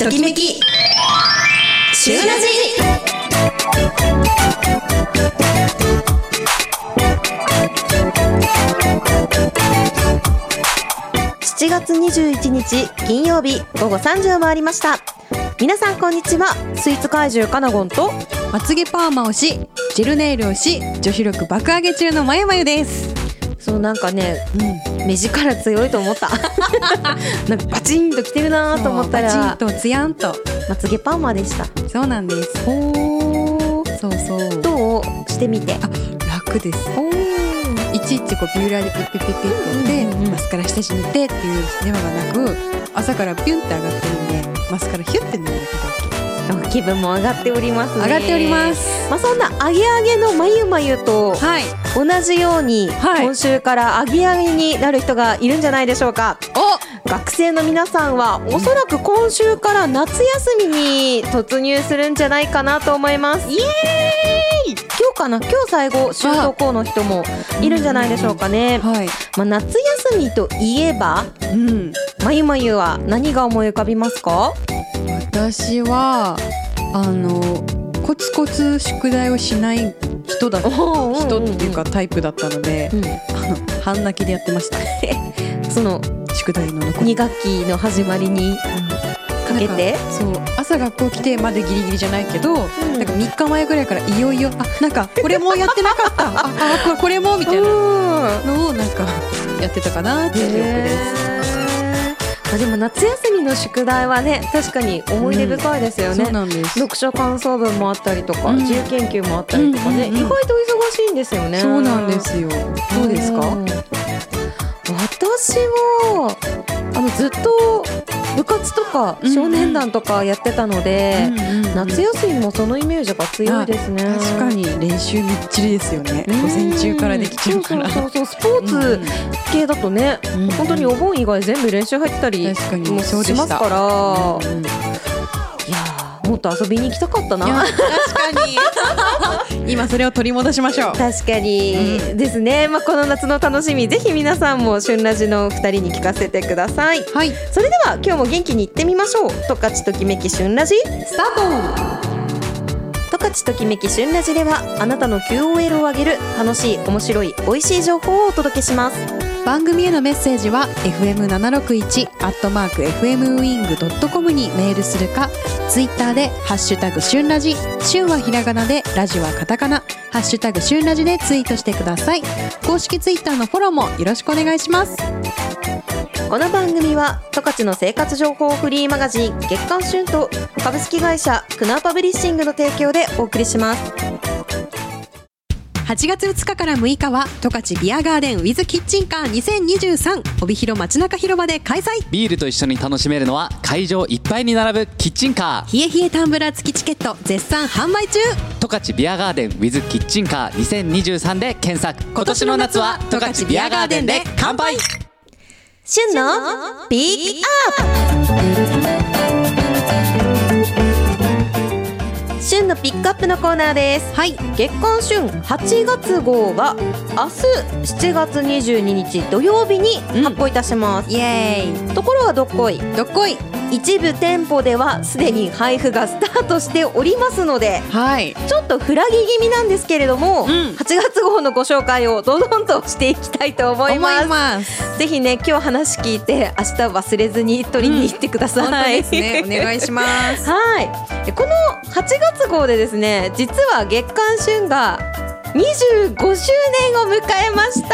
ときめきシュンラジ。7月21日金曜日午後3時を回りました。皆さんこんにちは。スイーツ怪獣カナゴンとまつげパーマをし、ジェルネイルをし、女子力爆上げ中のまゆまゆです。 そうなんかね、目力強いと思ったなんかバチンときてるなと思ったらバチンとツヤンとまつげパーマでした。 そうなんです。 おー、 そうそう。 どうしてみて。 楽です。いちいちこうビューラーでピッピッピッピッってやって、マスカラ下地塗ってっていう手間がなく、朝からピュンって上がってるんで、マスカラヒュッて塗るだけで OK です。 気分も上がっておりますね。 上がっております。 そんなアゲアゲのまゆまゆと同じように、今週からアゲアゲになる人がいるんじゃないでしょうか。学生の皆さんはおそらく今週から夏休みに突入するんじゃないかなと思います。イエーイ。今日かな、今日最後修登校の人もいるんじゃないでしょうかね。夏休みといえば、まゆまゆは何が思い浮かびますか？ 私はコツコツ宿題をしない人っていうかタイプだったので、半泣きでやってましたその宿題の残り 2学期の始まりにかけて、 そう朝学校来てまでギリギリじゃないけど、なんか3日前ぐらいからいよいよなんかこれもやってなかったこれもみたいなのをなんかやってたかなっていう記憶です。 でも夏休みの宿題はね、確かに思い出深いですよね。 そうなんです。 読書感想文もあったりとか、自由研究もあったりとかね、意外と忙しいんですよね。 そうなんですよ。どうですか？ 私はずっと部活とか少年団とかやってたので、夏休みもそのイメージが強いですね。 確かに練習みっちりですよね。午前中からできちゃうから。 そうスポーツ系だとね、本当にお盆以外全部練習入ってたりもしますから、いやもっと遊びに行きたかったな。 確かに今それを取り戻しましょう。 確かにですね。この夏の楽しみ、ぜひ皆さんも旬ラジの2人に聞かせてください。それでは今日も元気にいってみましょう。十勝ときめき旬ラジスタート。十勝ときめき旬ラジではあなたの QOL を上げる楽しい、面白い、美味しい情報をお届けします。 番組へのメッセージは fm761@fmwing.com にメールするか、ツイッターでハッシュタグ旬ラジ、旬はひらがなでラジはカタカナ、ハッシュタグ旬ラジでツイートしてください。公式ツイッターのフォローもよろしくお願いします。 この番組は十勝の生活情報フリーマガジン月刊旬と株式会社クナーパブリッシングの提供でお送りします。 8月2日から6日は十勝ビアガーデン with キッチンカー2023帯広街中広場で開催。 ビールと一緒に楽しめるのは会場いっぱいに並ぶキッチンカー。 冷え冷えタンブラー付きチケット絶賛販売中。 十勝ビアガーデン with キッチンカー2023で検索。今年の夏は十勝ビアガーデンで乾杯。 旬のピックアップ。旬のピックアップのコーナーです。月刊旬8月号が明日7月22日土曜日に発行いたします。 イエーイ。 ところはどっこい一部店舗ではすでに配布がスタートしておりますので、ちょっとフラギ気味なんですけれども、8月号のご紹介をどんどんとしていきたいと思います。ぜひね、今日話聞いて明日忘れずに取りに行ってください。 本当ですね、お願いします。 この8月号でですね、実は月刊旬が25周年を迎えました。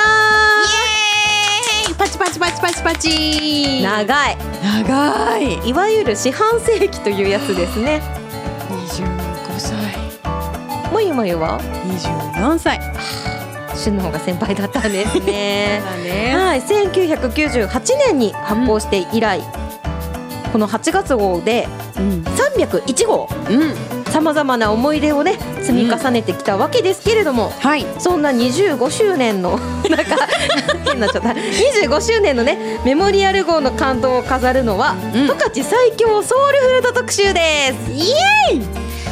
パチパチパチパチパチ。 長いいわゆる四半世紀というやつですね。 25歳。 まゆまゆは 24歳。 旬の方が先輩だったんですね。1998年に発行して以来、この8月号で301号、さまざまな思い出をね積み重ねてきたわけですけれども、そんな25周年のなんか変なちゃった25周年のねメモリアル号の感動を飾るのは十勝最強ソウルフード特集です。イエーイ。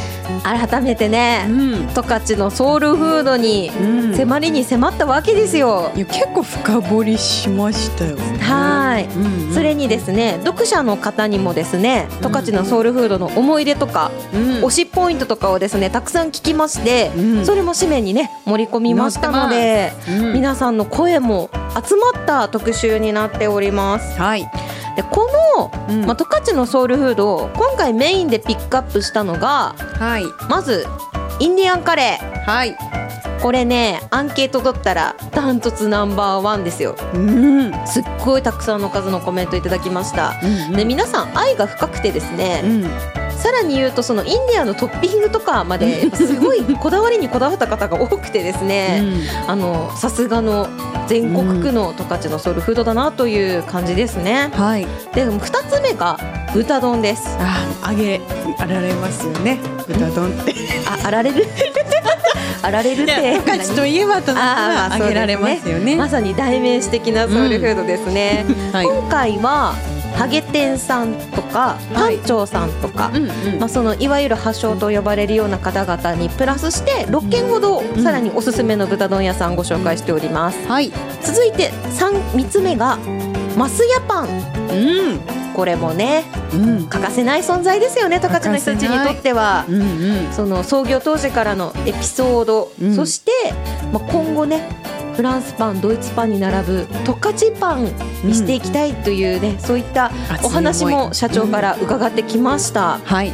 改めてね、十勝のソウルフードに迫りに迫ったわけですよ。 いや結構深掘りしましたよ。 はい、それにですね、読者の方にもですね、十勝のソウルフードの思い出とか、推しポイントとかをですねたくさん聞きまして、それも紙面にね盛り込みましたので、皆さんの声も集まった特集になっております。 はい。 でこの、十勝のソウルフード、今回メインでピックアップしたのが、まずインディアンカレー。これね、アンケート取ったらダントツナンバーワンですよ。すっごいたくさんの数のコメントいただきました。で皆さん愛が深くてですね、さらに言うとそのインディアンのトッピングとかまですごいこだわりにこだわった方が多くてですね、さすがの全国区の十勝のソウルフードだなという感じですね。で2つ目が豚丼です。 揚げられますよね、豚丼ってあられるあられるって十勝といえばとなったら揚げられますよね。 まさに代名詞的なソウルフードですね。今回はハゲ店さんとかパンチョーさんとか、そのいわゆる発祥と呼ばれるような方々にプラスして6軒ほどさらにおすすめの豚丼屋さんご紹介しております。続いて3つ目がマスヤパン。これもね、欠かせない存在ですよね、十勝の人たちにとっては。その創業当時からのエピソード、そして、今後ねフランスパン、ドイツパンに並ぶ十勝パンにしていきたいというね、そういったお話も社長から伺ってきました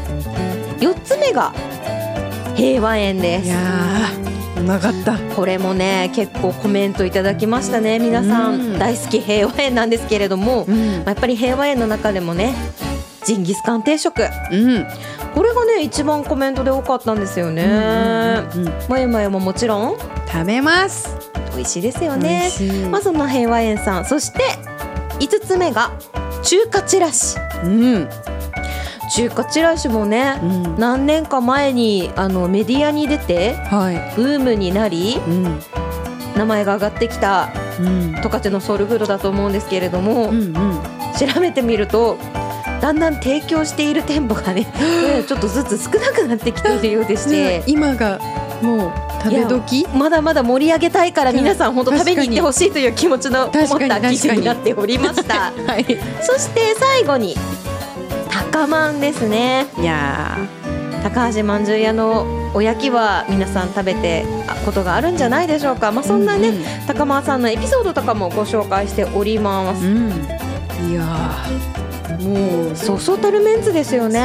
。4つ目が平和園です。 いやー、うまかった。 これもね結構コメントいただきましたね。皆さん大好き平和園なんですけれども、やっぱり平和園の中でもねジンギスカン定食、これがね一番コメントで多かったんですよね。まゆまゆももちろん食べます。 美味しいですよね。そんな平和園さん、そして5つ目が中華ちらし。中華ちらしもね、何年か前にメディアに出て、ブームになり、名前が上がってきた十勝のソウルフードだと思うんですけれども、調べてみるとだんだん提供している店舗がねちょっとずつ少なくなってきているようでして、 今がもう食べ時、 まだまだ盛り上げたいから皆さん本当食べに行ってほしいという気持ちのこもった記事になっておりました。そして最後に高まんですね。 いや高橋まんじゅう屋のおやきは皆さん食べてことがあるんじゃないでしょうか。そんなね、高まんさんのエピソードとかもご紹介しております。 いやもうそうそうたるメンツですよね。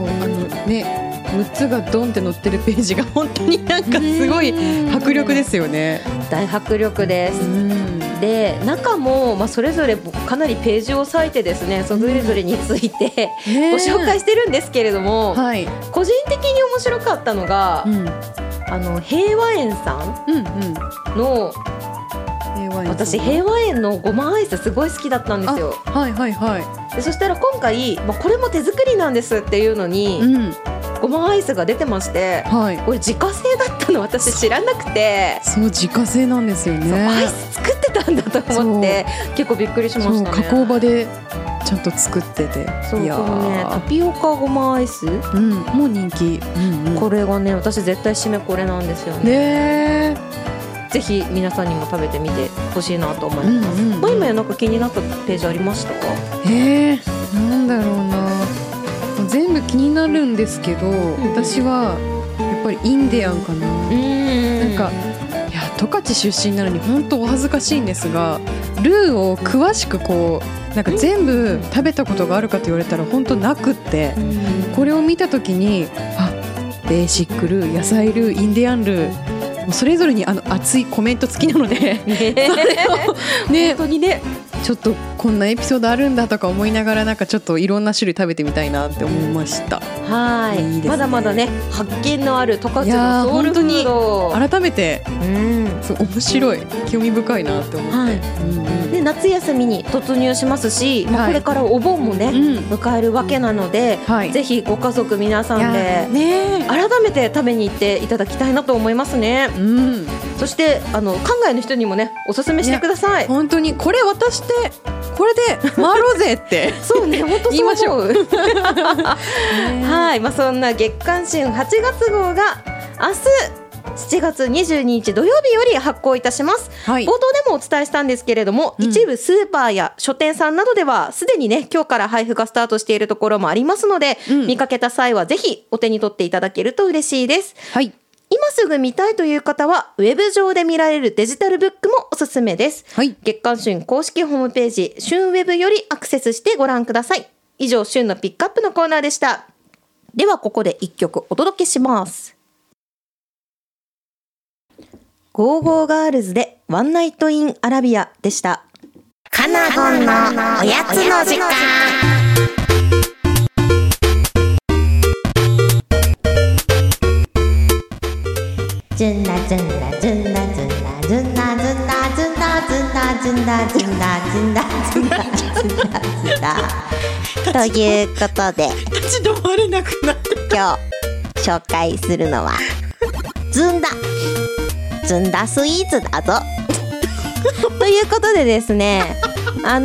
6つがドンって載ってるページが本当になんかすごい迫力ですよね。 大迫力です。で中もそれぞれかなりページを割いてですね、それぞれについてご紹介してるんですけれども、個人的に面白かったのが、平和園さんの、私平和園のごまアイスすごい好きだったんですよ。でそしたら今回、これも手作りなんですっていうのに、ごまアイスが出てまして、これ自家製だったの私知らなくて。 そう、自家製なんですよね。 アイス作ってたんだと思って結構びっくりしましたね。 加工場でちゃんと作ってて、 このねタピオカごまアイス、 もう人気、 これがね私絶対締めこれなんですよね。ぜひ皆さんにも食べてみてほしいなと思います。今なんか気になったページありましたか？ なんだろうな、全部気になるんですけど、私はやっぱりインディアンかな。なんかいや十勝出身なのに本当お恥ずかしいんですが、ルーを詳しくなんか全部食べたことがあるかと言われたら本当なくって、これを見た時にベーシックルー、野菜ルー、インディアンルー、それぞれに熱いコメント付きなので、それをね、本当にねちょっとこんなエピソードあるんだとか思いながら、なんかちょっといろんな種類食べてみたいなって思いました。 いいですね、まだまだね発見のある十勝のソウルフード、 改めて面白い、興味深いなって思って、 で夏休みに突入しますし、これからお盆もね、迎えるわけなので、ぜひご家族皆さんで改めて食べに行っていただきたいなと思いますね。そして海外の人にもねおすすめしてください。 本当にこれ渡してこれで回ろうぜってそうね、本当言いましょうはい、そんな月刊旬8月号が明日7月22日土曜日より発行いたします、冒頭でもお伝えしたんですけれども、一部スーパーや書店さんなどではすでにね今日から配布がスタートしているところもありますので、見かけた際はぜひお手に取っていただけると嬉しいです。今すぐ見たいという方はウェブ上で見られるデジタルブックもおすすめです、月刊旬公式ホームページ旬ウェブよりアクセスしてご覧ください。以上、旬のピックアップのコーナーでした。ではここで1曲お届けします。ゴーゴーガールズでワンナイトインアラビアでした。 カナゴンのおやつの時間。ズンダズンダズンダズンダズンダズンダズンダズンダズンダズンダズンダズンダズンダズンダということで、 立ち止まれなくなって今日紹介するのはズンダスイーツだぞということでですね、前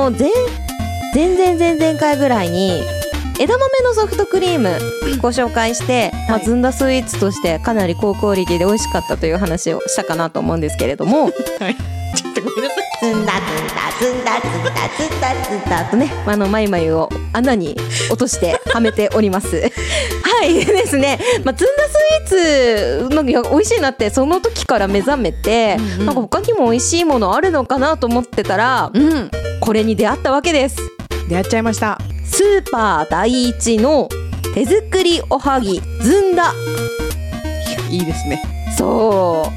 々回ぐらいに枝豆のソフトクリームご紹介して、ずんだスイーツとしてかなり高クオリティで美味しかったという話をしたかなと思うんですけれども、 ちょっとごめんなさい。 ズンダズンダズンダズンダズンダズンダとね、まゆまゆを穴に落としてはめておりますはいですね、ずんだスイーツの美味しいなってその時から目覚めて、なんか他にも美味しいものあるのかなと思ってたら、これに出会ったわけです。 出会っちゃいました。 スーパー第一の手作りおはぎずんだ。 いいですね。 そう、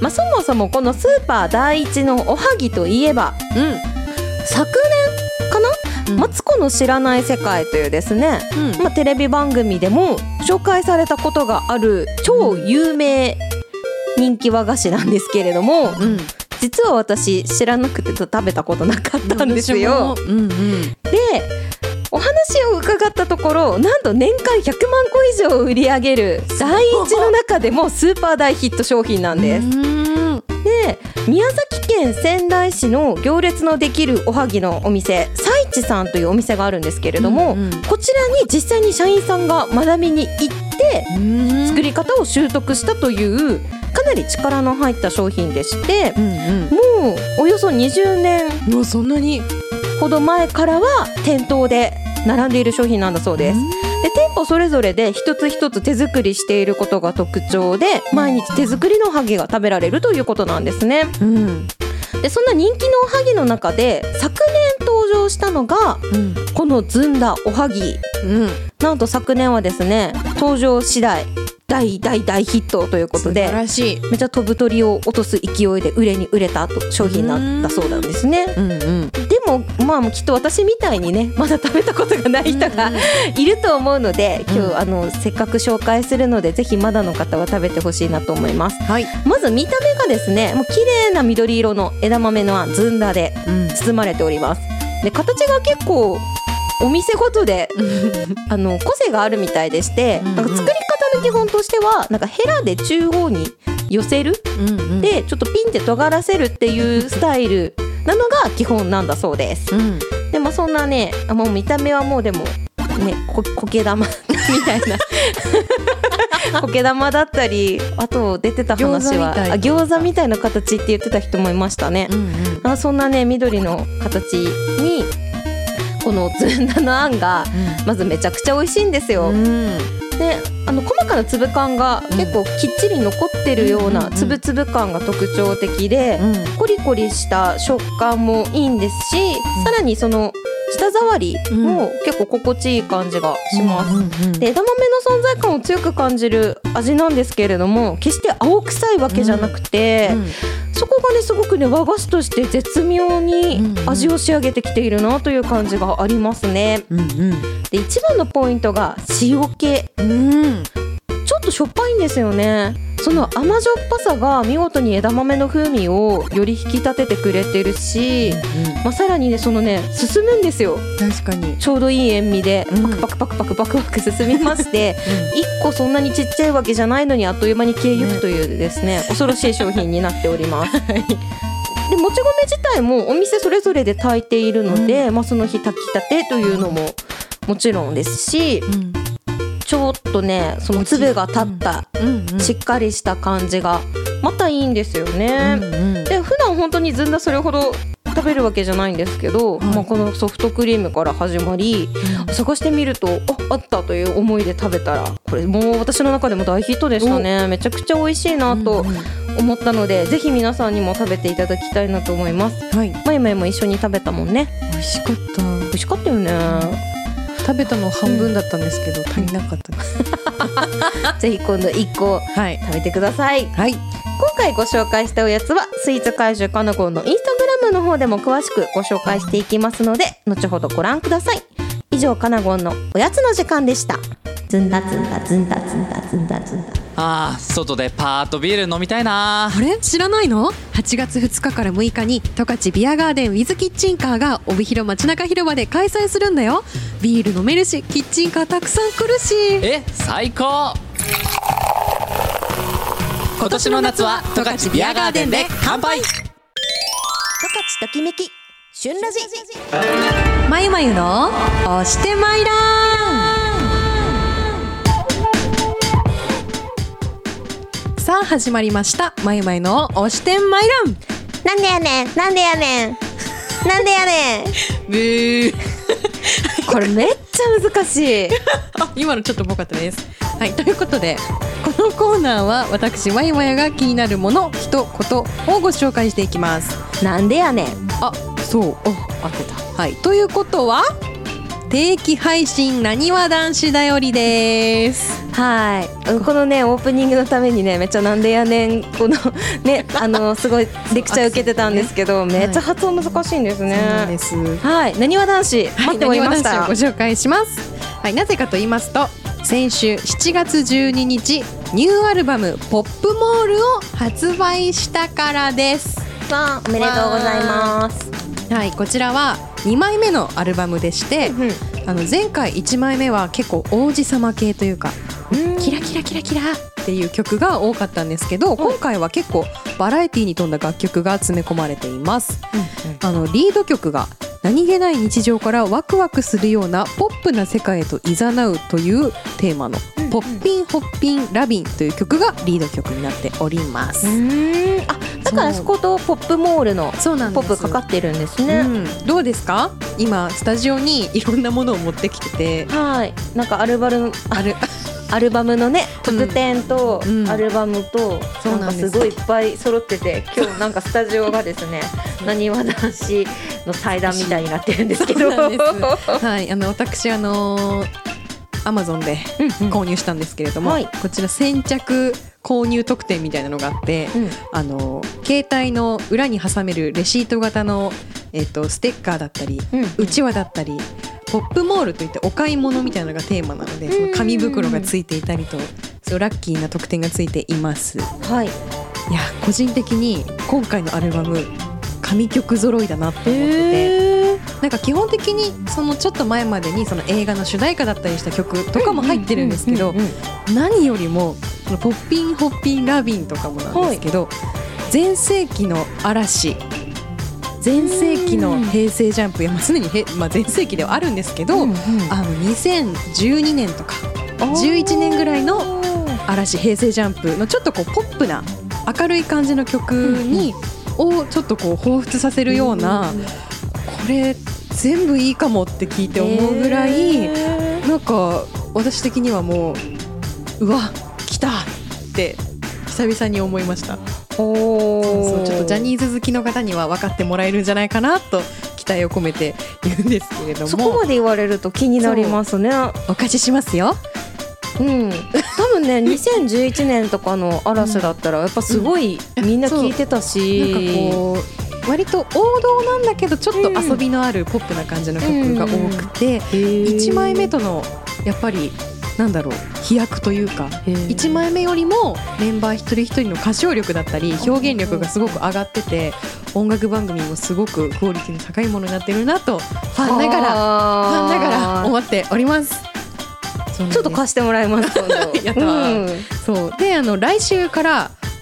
そもそもこのスーパー第一のおはぎといえば、昨年かな、マツコの知らない世界というですね、テレビ番組でも紹介されたことがある超有名人気和菓子なんですけれども、実は私知らなくて食べたことなかったんですよ。で、お話を伺ったところ、なんと年間100万個以上売り上げる第一の中でもスーパー大ヒット商品なんです。で、宮崎県仙台市の行列のできるおはぎのお店、さいちさんというお店があるんですけれども、こちらに実際に社員さんが学びに行って作り方を習得したというかなり力の入った商品でして、もうおよそ20年もうそんなにほど前からは店頭で並んでいる商品なんだそうです。で、店舗それぞれで一つ一つ手作りしていることが特徴で、毎日手作りのおはぎが食べられるということなんですね。で、そんな人気のおはぎの中で昨年登場したのが、このずんだおはぎ、なんと昨年はですね、登場次第大ヒットということで、めちゃ飛ぶ鳥を落とす勢いで売れに売れた商品なんだそうなんですね。でもきっと私みたいにね、まだ食べたことがない人がいると思うので、今日せっかく紹介するので、ぜひまだの方は食べてほしいなと思います。まず見た目がですね、もう綺麗な緑色の枝豆のあんずんだで包まれております。で、形が結構お店ごとで個性があるみたいでして、なんか作り方の基本としては、なんかヘラで中央に寄せる、でちょっとピンって尖らせるっていうスタイルなのが基本なんだそうです。で、そんなね、もう見た目はもうでもね、苔玉みたいな苔玉だったり、あと出てた話は餃子みたいな形って言ってた人もいましたね。そんなね、緑の形にこのずんだのあんがまずめちゃくちゃ美味しいんですよ。で、細かな粒感が結構きっちり残ってるような粒々感が特徴的で、コリコリした食感もいいんですし、さらにその舌触りも結構心地いい感じがします。で、枝豆の存在感を強く感じる味なんですけれども、決して青臭いわけじゃなくて、そこがね、すごくね、和菓子として絶妙に味を仕上げてきているなという感じがありますね。で、一番のポイントが塩気。ちょっとしょっぱいんですよね。その甘じょっぱさが見事に枝豆の風味をより引き立ててくれてるし、さらにね、そのね、進むんですよ。 確かにちょうどいい塩味でパクパク進みまして、1個そんなにちっちゃいわけじゃないのにあっという間に消えゆくというですね、恐ろしい商品になっております。 でもち米自体もお店それぞれで炊いているので、その日炊きたてというのももちろんですし、ちょっとねその粒が立ったしっかりした感じがまたいいんですよね。で普段本当にずんだそれほど食べるわけじゃないんですけど、このソフトクリームから始まり、探してみるとあったという思いで食べたら、これもう私の中でも大ヒットでしたね。めちゃくちゃ美味しいなと思ったので、ぜひ皆さんにも食べていただきたいなと思います。まゆまゆも一緒に食べたもんね。 美味しかった。 美味しかったよね。 食べたの半分だったんですけど、足りなかったですぜひ今度1個食べてください。今回ご紹介したおやつはスイーツ怪獣かなごんのインスタグラムの方でも詳しくご紹介していきますので、後ほどご覧ください。以上、かなごんのおやつの時間でした。 ずんだずんだずんだずんだずんだずんだ。 外でパーッとビール飲みたいな。 あれ知らないの？8月2日から6日に十勝ビアガーデン with キッチンカーが帯広街中広場で開催するんだよ。ビール飲めるし、キッチンカーたくさん来るし。 最高。今年の夏は十勝ビアガーデンで乾杯。 十勝ときめき旬ラジ。 まゆまゆの押してまいらん。さあ始まりました、まゆまゆの押してまいらん。 なんでやねんなんでやねんなんでやねんブーこれめっちゃ難しい今のちょっとぽかったです。ということでこのコーナーは私まゆまゆが気になるもの、人、ことをご紹介していきます。 なんでやねん。 そう、合ってた。ということは定期配信なにわ男子だよりです。 このねオープニングのためにねめっちゃなんでやねんこのねすごいレクチャー受けてたんですけど、めっちゃ発音難しいんですね。 そうなんです。 なにわ男子待っておりました。 なにわ男子をご紹介します。なぜかと言いますと、先週7月12日ニューアルバムポップモールを発売したからです。 おめでとうございます。 こちらは2枚目のアルバムでして、前回1枚目は結構王子様系というかキラキラキラキラっていう曲が多かったんですけど、今回は結構バラエティに富んだ楽曲が詰め込まれています。リード曲が何気ない日常からワクワクするようなポップな世界へと誘うというテーマのポッピンホッピンラビンという曲がリード曲になっております。 だからそことポップモールのポップかかってるんですね。 どうですか？今スタジオにいろんなものを持ってきてて、 なんかアルバムのね特典とアルバムとなんかすごいいっぱい揃ってて、今日なんかスタジオがですねなにわ男子の祭壇みたいになってるんですけど私Amazon で購入したんですけれども、こちら先着購入特典みたいなのがあって、携帯の裏に挟めるレシート型の、ステッカーだったり、うちわだったり、ポップモールといってお買い物みたいなのがテーマなので、その紙袋がついていたりと、そうラッキーな特典がついています。いや個人的に今回のアルバム神曲揃いだなって思ってて、なんか基本的にそのちょっと前までにその映画の主題歌だったりした曲とかも入ってるんですけど、何よりもそのポッピンホッピンラビンとかもなんですけど、全盛期の嵐、全盛期の平成ジャンプ、常に全盛期ではあるんですけど、2012年とか11年ぐらいの嵐、平成ジャンプのちょっとこうポップな明るい感じの曲にをちょっとこう彷彿させるような、これ全部いいかもって聞いて思うぐらい、なんか私的にはもうわ来たって久々に思いました。そうちょっとジャニーズ好きの方には分かってもらえるんじゃないかなと期待を込めて言うんですけれども、 そこまで言われると気になりますね。 お貸ししますよ。 多分ね2011年とかの嵐だったらやっぱすごいみんな聞いてたし、 なんかこう割と王道なんだけどちょっと遊びのあるポップな感じの曲が多くて、1枚目とのやっぱりなんだろう飛躍というか、1枚目よりもメンバー一人一人の歌唱力だったり表現力がすごく上がってて、音楽番組もすごくクオリティの高いものになってるなとファンながら思っております。 ちょっと貸してもらいますやったそうで来週から